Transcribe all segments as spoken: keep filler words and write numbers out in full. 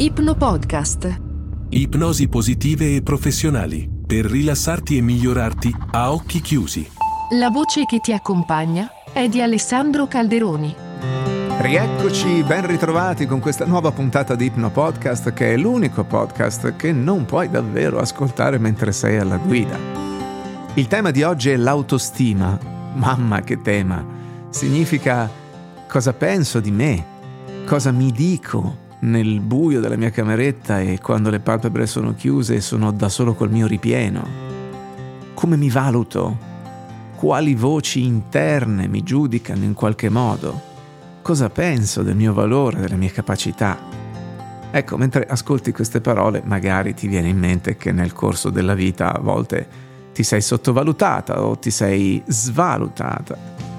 Ipnopodcast. Ipnosi positive e professionali per rilassarti e migliorarti a occhi chiusi. La voce che ti accompagna è di Alessandro Calderoni. Rieccoci, ben ritrovati con questa nuova puntata di Ipnopodcast, che è l'unico podcast che non puoi davvero ascoltare mentre sei alla guida. Il tema di oggi è l'autostima. Mamma che tema! Significa cosa penso di me, cosa mi dico nel buio della mia cameretta e quando le palpebre sono chiuse e sono da solo col mio ripieno. Come mi valuto? Quali voci interne mi giudicano in qualche modo? Cosa penso del mio valore, delle mie capacità? Ecco, mentre ascolti queste parole, magari ti viene in mente che nel corso della vita a volte ti sei sottovalutata o ti sei svalutata.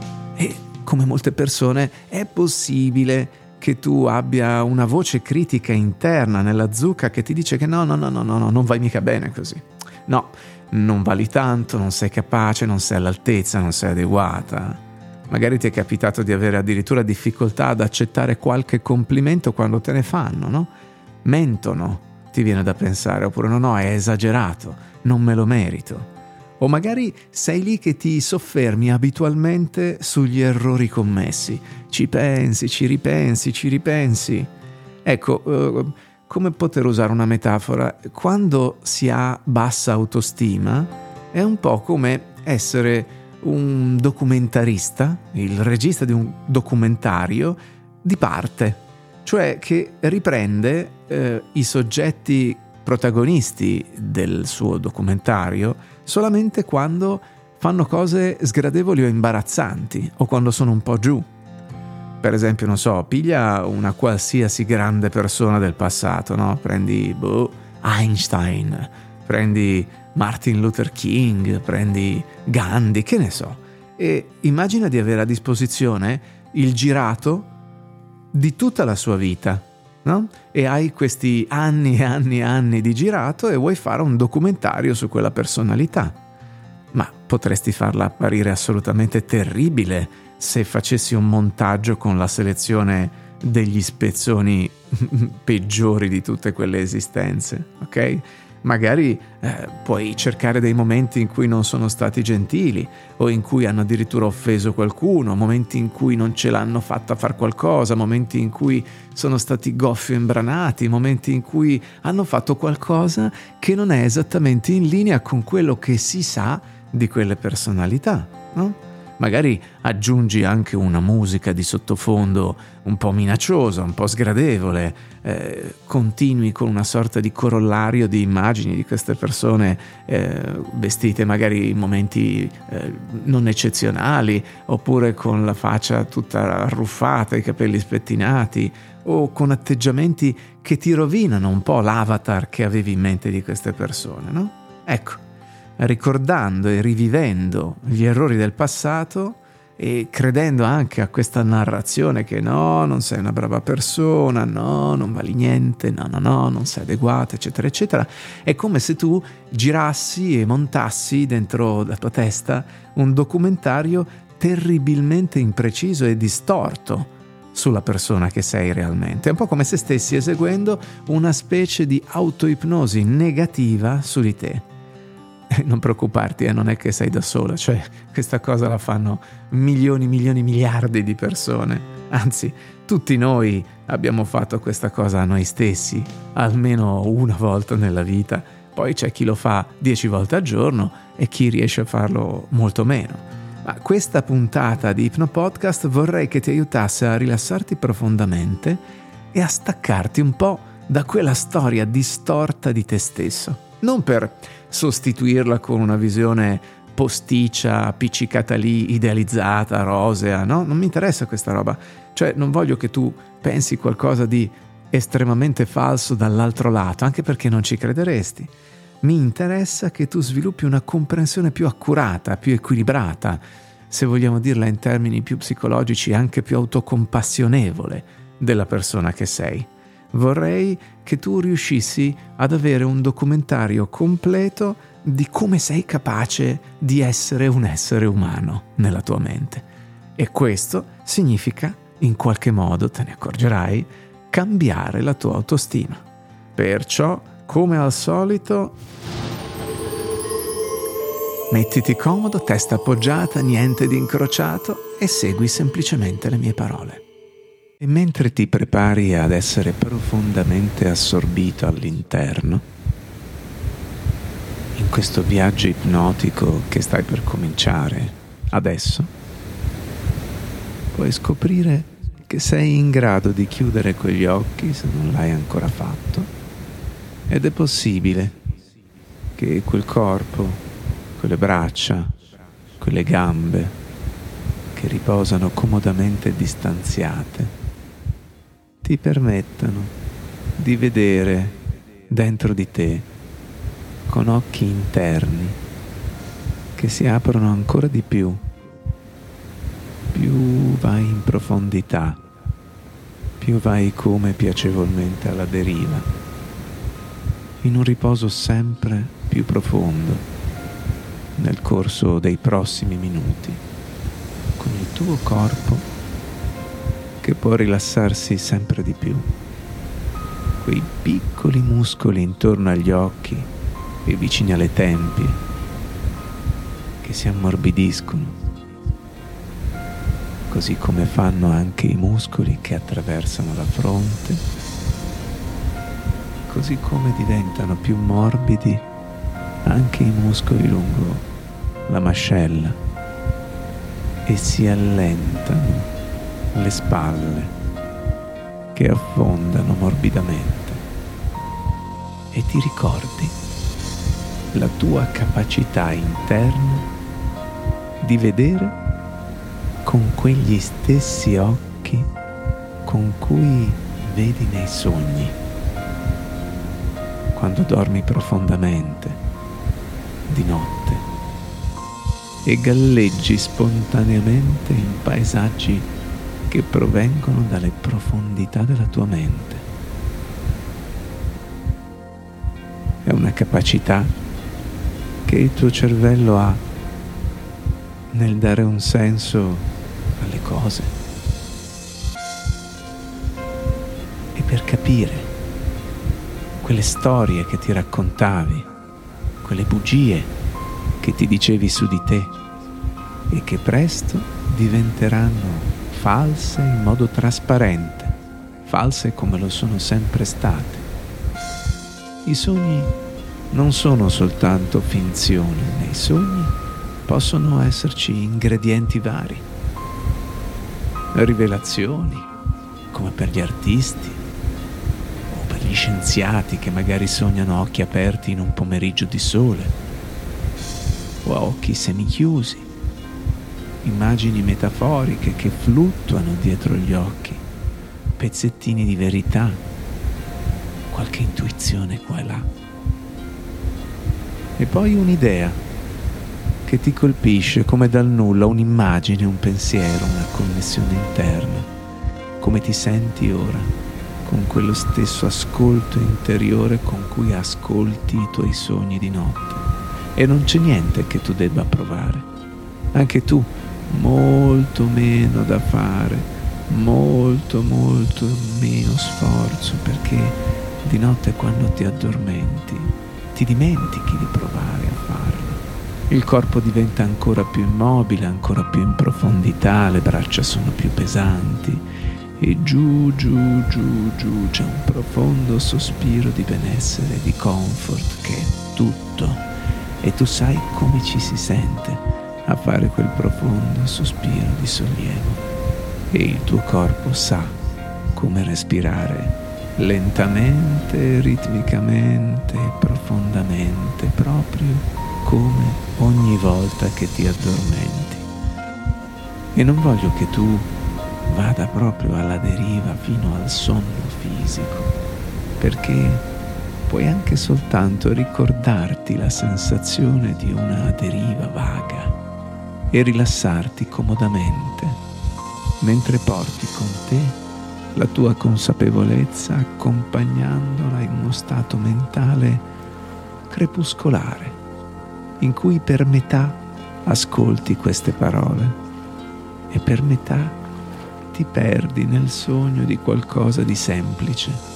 E come molte persone è possibile che tu abbia una voce critica interna nella zucca che ti dice che no, no, no, no, no, non vai mica bene così. No, non vali tanto, non sei capace, non sei all'altezza, non sei adeguata. Magari ti è capitato di avere addirittura difficoltà ad accettare qualche complimento quando te ne fanno, no? Mentono, ti viene da pensare, oppure no, no, è esagerato, non me lo merito. O magari sei lì che ti soffermi abitualmente sugli errori commessi. Ci pensi, ci ripensi, ci ripensi. Ecco, eh, come poter usare una metafora? Quando si ha bassa autostima è un po' come essere un documentarista, il regista di un documentario di parte, cioè che riprende eh, i soggetti protagonisti del suo documentario solamente quando fanno cose sgradevoli o imbarazzanti o quando sono un po' giù. Per esempio, non so, piglia una qualsiasi grande persona del passato, no? Prendi boh, Einstein, prendi Martin Luther King, prendi Gandhi, che ne so, e immagina di avere a disposizione il girato di tutta la sua vita, no? E hai questi anni e anni e anni di girato e vuoi fare un documentario su quella personalità. Ma potresti farla apparire assolutamente terribile se facessi un montaggio con la selezione degli spezzoni peggiori di tutte quelle esistenze, ok? Magari eh, puoi cercare dei momenti in cui non sono stati gentili o in cui hanno addirittura offeso qualcuno, momenti in cui non ce l'hanno fatta far qualcosa, momenti in cui sono stati goffi o imbranati, momenti in cui hanno fatto qualcosa che non è esattamente in linea con quello che si sa di quelle personalità, no? Magari aggiungi anche una musica di sottofondo un po' minacciosa, un po' sgradevole, eh, continui con una sorta di corollario di immagini di queste persone eh, vestite magari in momenti eh, non eccezionali, oppure con la faccia tutta arruffata, i capelli spettinati, o con atteggiamenti che ti rovinano un po' l'avatar che avevi in mente di queste persone, no? Ecco, ricordando e rivivendo gli errori del passato e credendo anche a questa narrazione che no, non sei una brava persona, no, non vali niente, no, no, no, non sei adeguata, eccetera, eccetera, è come se tu girassi e montassi dentro la tua testa un documentario terribilmente impreciso e distorto sulla persona che sei realmente. È un po' come se stessi eseguendo una specie di autoipnosi negativa su di te. Non preoccuparti, eh, non è che sei da sola, cioè questa cosa la fanno milioni, milioni, miliardi di persone. Anzi, tutti noi abbiamo fatto questa cosa a noi stessi, almeno una volta nella vita. Poi c'è chi lo fa dieci volte al giorno e chi riesce a farlo molto meno. Ma questa puntata di Ipnopodcast vorrei che ti aiutasse a rilassarti profondamente e a staccarti un po' da quella storia distorta di te stesso. Non per sostituirla con una visione posticcia, appiccicata lì, idealizzata, rosea, no? Non mi interessa questa roba. Cioè, non voglio che tu pensi qualcosa di estremamente falso dall'altro lato, anche perché non ci crederesti. Mi interessa che tu sviluppi una comprensione più accurata, più equilibrata, se vogliamo dirla in termini più psicologici, anche più autocompassionevole della persona che sei. Vorrei che tu riuscissi ad avere un documentario completo di come sei capace di essere un essere umano nella tua mente. E questo significa, in qualche modo, te ne accorgerai, cambiare la tua autostima. Perciò, come al solito, mettiti comodo, testa appoggiata, niente di incrociato e segui semplicemente le mie parole. E mentre ti prepari ad essere profondamente assorbito all'interno, in questo viaggio ipnotico che stai per cominciare adesso, puoi scoprire che sei in grado di chiudere quegli occhi se non l'hai ancora fatto, ed è possibile che quel corpo, quelle braccia, quelle gambe che riposano comodamente distanziate ti permettano di vedere dentro di te con occhi interni che si aprono ancora di più più vai in profondità, più vai come piacevolmente alla deriva, in un riposo sempre più profondo nel corso dei prossimi minuti, con il tuo corpo che può rilassarsi sempre di più. Quei piccoli muscoli intorno agli occhi e vicini alle tempie che si ammorbidiscono, così come fanno anche i muscoli che attraversano la fronte, così come diventano più morbidi anche i muscoli lungo la mascella e si allentano le spalle che affondano morbidamente, e ti ricordi la tua capacità interna di vedere con quegli stessi occhi con cui vedi nei sogni quando dormi profondamente di notte e galleggi spontaneamente in paesaggi che provengono dalle profondità della tua mente. È una capacità che il tuo cervello ha nel dare un senso alle cose e per capire quelle storie che ti raccontavi, quelle bugie che ti dicevi su di te e che presto diventeranno false in modo trasparente, false come lo sono sempre state. I sogni non sono soltanto finzioni, nei sogni possono esserci ingredienti vari, rivelazioni, come per gli artisti o per gli scienziati che magari sognano occhi aperti in un pomeriggio di sole, o a occhi semichiusi, immagini metaforiche che fluttuano dietro gli occhi, pezzettini di verità, qualche intuizione qua e là. E poi un'idea che ti colpisce come dal nulla, un'immagine, un pensiero, una connessione interna. Come ti senti ora con quello stesso ascolto interiore con cui ascolti i tuoi sogni di notte. E non c'è niente che tu debba provare. Anche tu, molto meno da fare, molto molto meno sforzo, perché di notte quando ti addormenti ti dimentichi di provare a farlo. Il corpo diventa ancora più immobile, ancora più in profondità, le braccia sono più pesanti e giù, giù, giù, giù c'è un profondo sospiro di benessere, di comfort che è tutto, e tu sai come ci si sente a fare quel profondo sospiro di sollievo, e il tuo corpo sa come respirare lentamente, ritmicamente, profondamente, proprio come ogni volta che ti addormenti. E non voglio che tu vada proprio alla deriva fino al sonno fisico, perché puoi anche soltanto ricordarti la sensazione di una deriva vaga e rilassarti comodamente mentre porti con te la tua consapevolezza, accompagnandola in uno stato mentale crepuscolare, in cui per metà ascolti queste parole e per metà ti perdi nel sogno di qualcosa di semplice,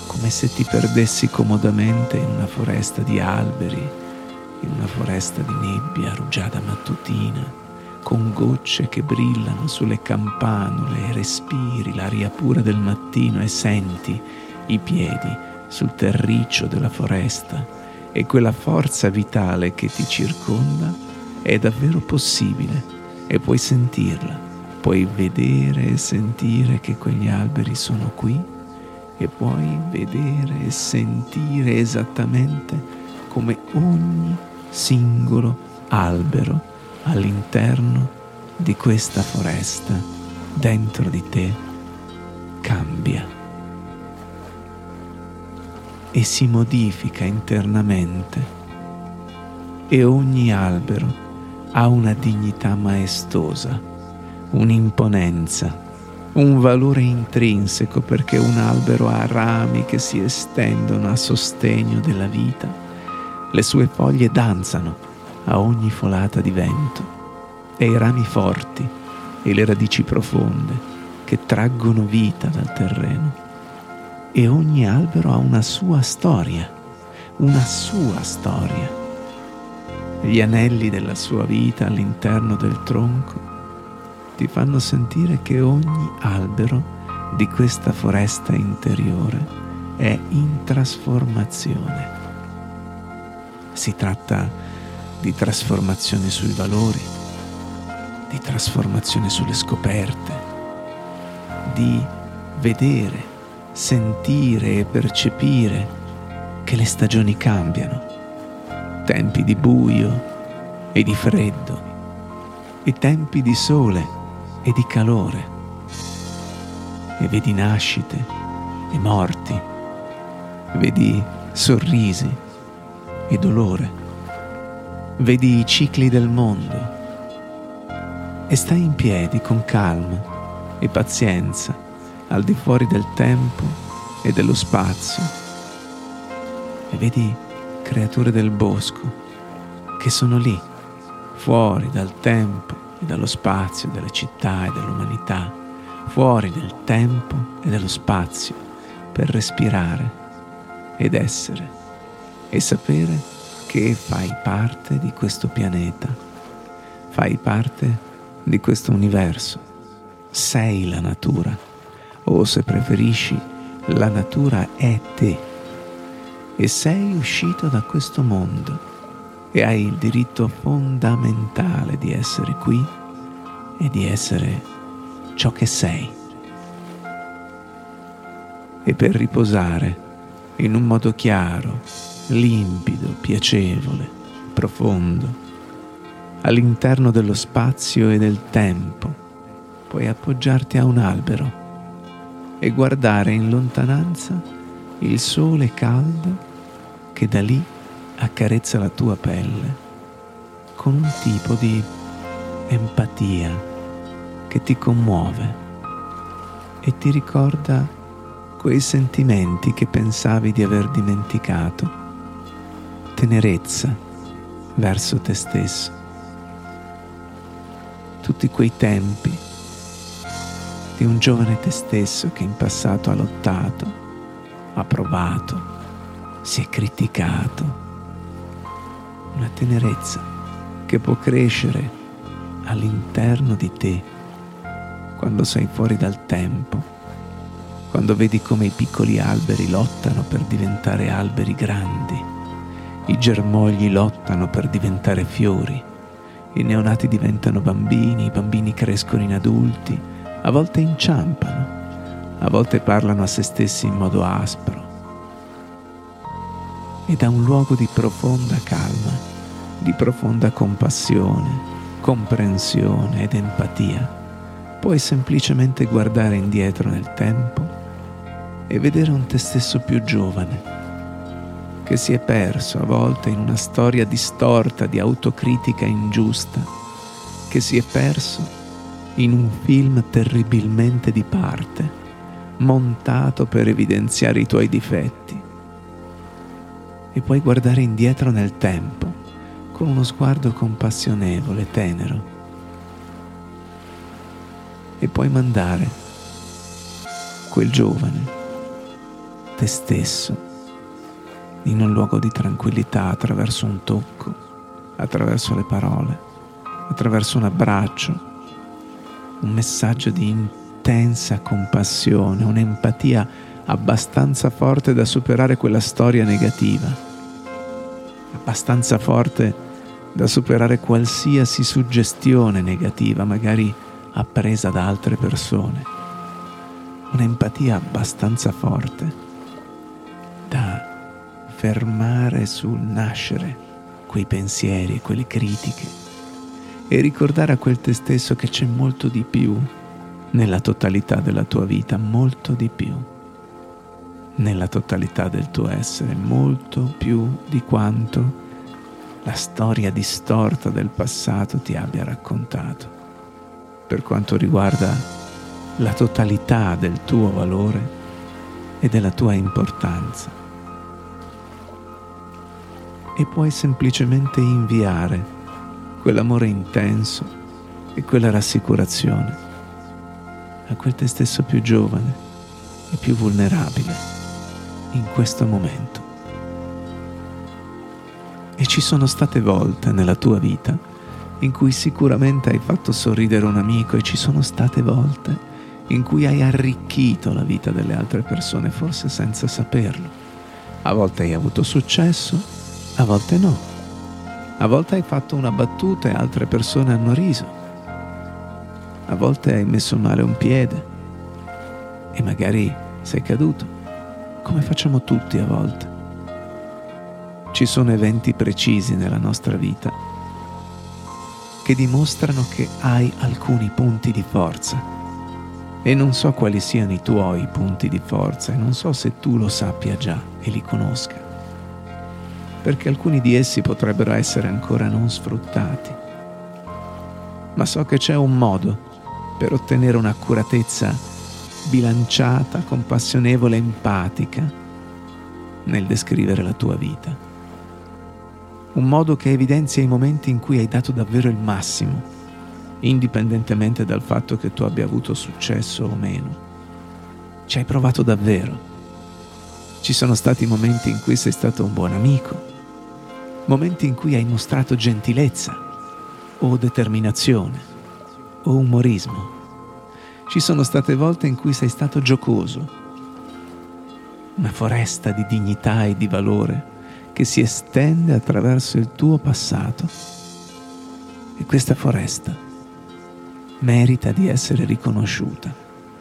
come se ti perdessi comodamente in una foresta di alberi, in una foresta di nebbia rugiada mattutina, con gocce che brillano sulle campanule, e respiri l'aria pura del mattino e senti i piedi sul terriccio della foresta, e quella forza vitale che ti circonda è davvero possibile, e puoi sentirla, puoi vedere e sentire che quegli alberi sono qui, e puoi vedere e sentire esattamente come ogni singolo albero all'interno di questa foresta dentro di te cambia e si modifica internamente, e ogni albero ha una dignità maestosa, un'imponenza, un valore intrinseco, perché un albero ha rami che si estendono a sostegno della vita. Le sue foglie danzano a ogni folata di vento, e i rami forti e le radici profonde che traggono vita dal terreno. E ogni albero ha una sua storia, una sua storia. Gli anelli della sua vita all'interno del tronco ti fanno sentire che ogni albero di questa foresta interiore è in trasformazione. Si tratta di trasformazione sui valori, di trasformazione sulle scoperte, di vedere, sentire e percepire che le stagioni cambiano, tempi di buio e di freddo, e tempi di sole e di calore, e vedi nascite e morti, vedi sorrisi e dolore, vedi i cicli del mondo, e stai in piedi con calma e pazienza al di fuori del tempo e dello spazio, e vedi creature del bosco che sono lì, fuori dal tempo e dallo spazio delle città e dell'umanità, fuori del tempo e dello spazio, per respirare ed essere e sapere che fai parte di questo pianeta, fai parte di questo universo, sei la natura, o se preferisci, la natura è te, e sei uscito da questo mondo e hai il diritto fondamentale di essere qui e di essere ciò che sei. E per riposare in un modo chiaro, limpido, piacevole, profondo, all'interno dello spazio e del tempo, puoi appoggiarti a un albero e guardare in lontananza il sole caldo che da lì accarezza la tua pelle con un tipo di empatia che ti commuove e ti ricorda quei sentimenti che pensavi di aver dimenticato, tenerezza verso te stesso, tutti quei tempi di un giovane te stesso che in passato ha lottato, ha provato, si è criticato, una tenerezza che può crescere all'interno di te quando sei fuori dal tempo, quando vedi come i piccoli alberi lottano per diventare alberi grandi, i germogli lottano per diventare fiori, i neonati diventano bambini, i bambini crescono in adulti, a volte inciampano, a volte parlano a se stessi in modo aspro, e da un luogo di profonda calma, di profonda compassione, comprensione ed empatia, puoi semplicemente guardare indietro nel tempo e vedere un te stesso più giovane, che si è perso a volte in una storia distorta di autocritica ingiusta, che si è perso in un film terribilmente di parte, montato per evidenziare i tuoi difetti. E puoi guardare indietro nel tempo con uno sguardo compassionevole, tenero, e puoi mandare quel giovane te stesso in un luogo di tranquillità attraverso un tocco, attraverso le parole, attraverso un abbraccio, un messaggio di intensa compassione, un'empatia abbastanza forte da superare quella storia negativa, abbastanza forte da superare qualsiasi suggestione negativa, magari appresa da altre persone, un'empatia abbastanza forte da fermare sul nascere quei pensieri e quelle critiche e ricordare a quel te stesso che c'è molto di più nella totalità della tua vita, molto di più nella totalità del tuo essere, molto più di quanto la storia distorta del passato ti abbia raccontato, per quanto riguarda la totalità del tuo valore e della tua importanza. E puoi semplicemente inviare quell'amore intenso e quella rassicurazione a quel te stesso più giovane e più vulnerabile in questo momento. E ci sono state volte nella tua vita in cui sicuramente hai fatto sorridere un amico, e ci sono state volte in cui hai arricchito la vita delle altre persone, forse senza saperlo. A volte hai avuto successo, a volte no. A volte hai fatto una battuta e altre persone hanno riso. A volte hai messo male un piede e magari sei caduto, come facciamo tutti a volte. Ci sono eventi precisi nella nostra vita che dimostrano che hai alcuni punti di forza, e non so quali siano i tuoi punti di forza, e non so se tu lo sappia già e li conosca, perché alcuni di essi potrebbero essere ancora non sfruttati. Ma so che c'è un modo per ottenere un'accuratezza bilanciata, compassionevole, empatica nel descrivere la tua vita. Un modo che evidenzia i momenti in cui hai dato davvero il massimo, indipendentemente dal fatto che tu abbia avuto successo o meno. Ci hai provato davvero. Ci sono stati momenti in cui sei stato un buon amico, momenti in cui hai mostrato gentilezza o determinazione o umorismo. Ci sono state volte in cui sei stato giocoso, una foresta di dignità e di valore che si estende attraverso il tuo passato, e questa foresta merita di essere riconosciuta.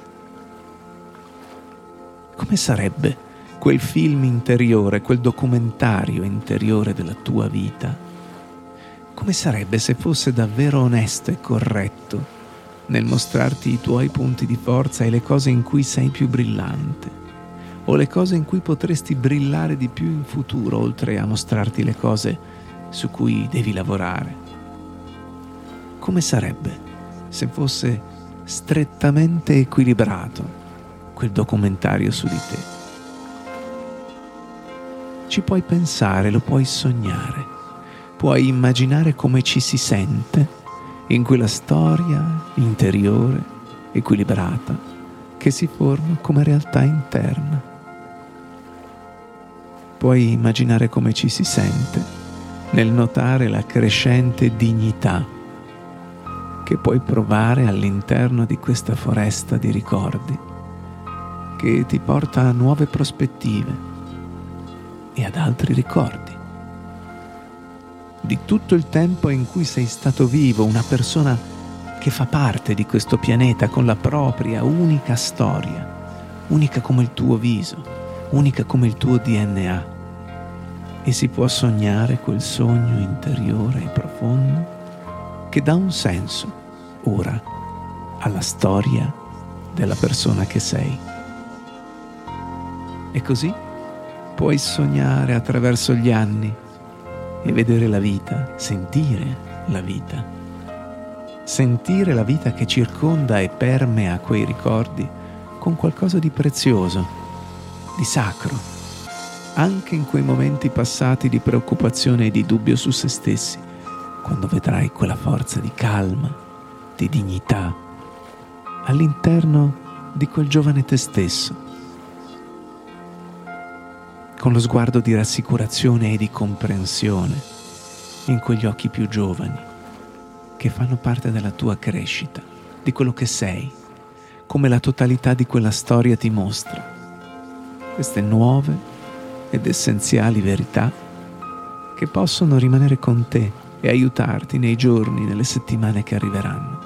Come sarebbe quel film interiore, quel documentario interiore della tua vita? Come sarebbe se fosse davvero onesto e corretto nel mostrarti i tuoi punti di forza e le cose in cui sei più brillante, o le cose in cui potresti brillare di più in futuro, oltre a mostrarti le cose su cui devi lavorare? Come sarebbe se fosse strettamente equilibrato quel documentario su di te? Ci puoi pensare, lo puoi sognare, puoi immaginare come ci si sente in quella storia interiore, equilibrata, che si forma come realtà interna. Puoi immaginare come ci si sente nel notare la crescente dignità che puoi provare all'interno di questa foresta di ricordi, che ti porta a nuove prospettive e ad altri ricordi di tutto il tempo in cui sei stato vivo, una persona che fa parte di questo pianeta con la propria unica storia, unica come il tuo viso, unica come il tuo D N A, e si può sognare quel sogno interiore e profondo che dà un senso ora alla storia della persona che sei. E così puoi sognare attraverso gli anni e vedere la vita, sentire la vita, sentire la vita che circonda e permea quei ricordi con qualcosa di prezioso, di sacro, anche in quei momenti passati di preoccupazione e di dubbio su se stessi, quando vedrai quella forza di calma, di dignità, all'interno di quel giovane te stesso. con lo sguardo di rassicurazione e di comprensione in quegli occhi più giovani che fanno parte della tua crescita, di quello che sei, come la totalità di quella storia ti mostra. Queste nuove ed essenziali verità che possono rimanere con te e aiutarti nei giorni, nelle settimane che arriveranno.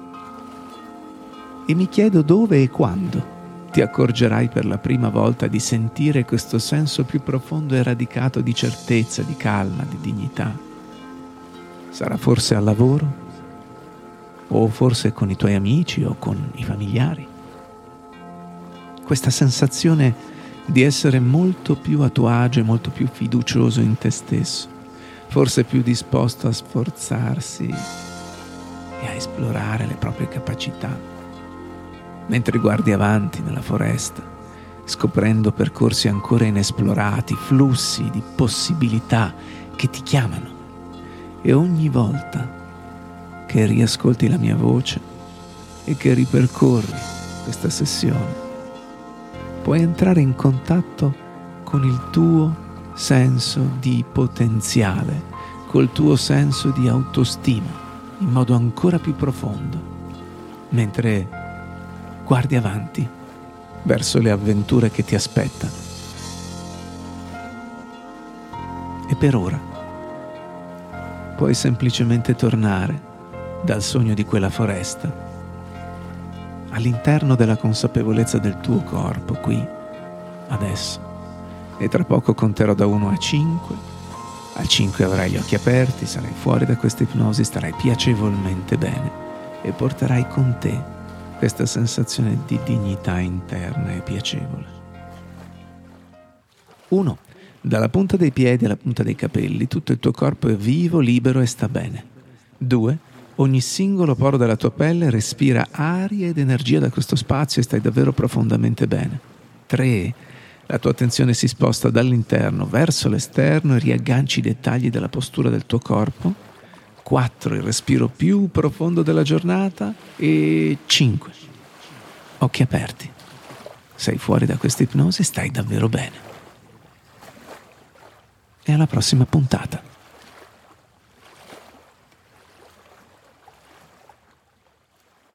E mi chiedo dove e quando ti accorgerai per la prima volta di sentire questo senso più profondo e radicato di certezza, di calma, di dignità. Sarà forse al lavoro? O forse con i tuoi amici o con i familiari? Questa sensazione di essere molto più a tuo agio e molto più fiducioso in te stesso, forse più disposto a sforzarsi e a esplorare le proprie capacità, mentre guardi avanti nella foresta, scoprendo percorsi ancora inesplorati, flussi di possibilità che ti chiamano. E ogni volta che riascolti la mia voce e che ripercorri questa sessione, puoi entrare in contatto con il tuo senso di potenziale, col tuo senso di autostima, in modo ancora più profondo, mentre guardi avanti verso le avventure che ti aspettano. E per ora puoi semplicemente tornare dal sogno di quella foresta all'interno della consapevolezza del tuo corpo, qui, adesso. E tra poco conterò da uno a cinque. A cinque avrai gli occhi aperti, sarai fuori da questa ipnosi, starai piacevolmente bene e porterai con te questa sensazione di dignità interna e piacevole. Uno. Dalla punta dei piedi alla punta dei capelli, tutto il tuo corpo è vivo, libero e sta bene. Due. Ogni singolo poro della tua pelle respira aria ed energia da questo spazio e stai davvero profondamente bene. Tre. La tua attenzione si sposta dall'interno verso l'esterno e riagganci i dettagli della postura del tuo corpo. Quattro. Il respiro più profondo della giornata. E cinque. Occhi aperti. Sei fuori da questa ipnosi e stai davvero bene. E alla prossima puntata.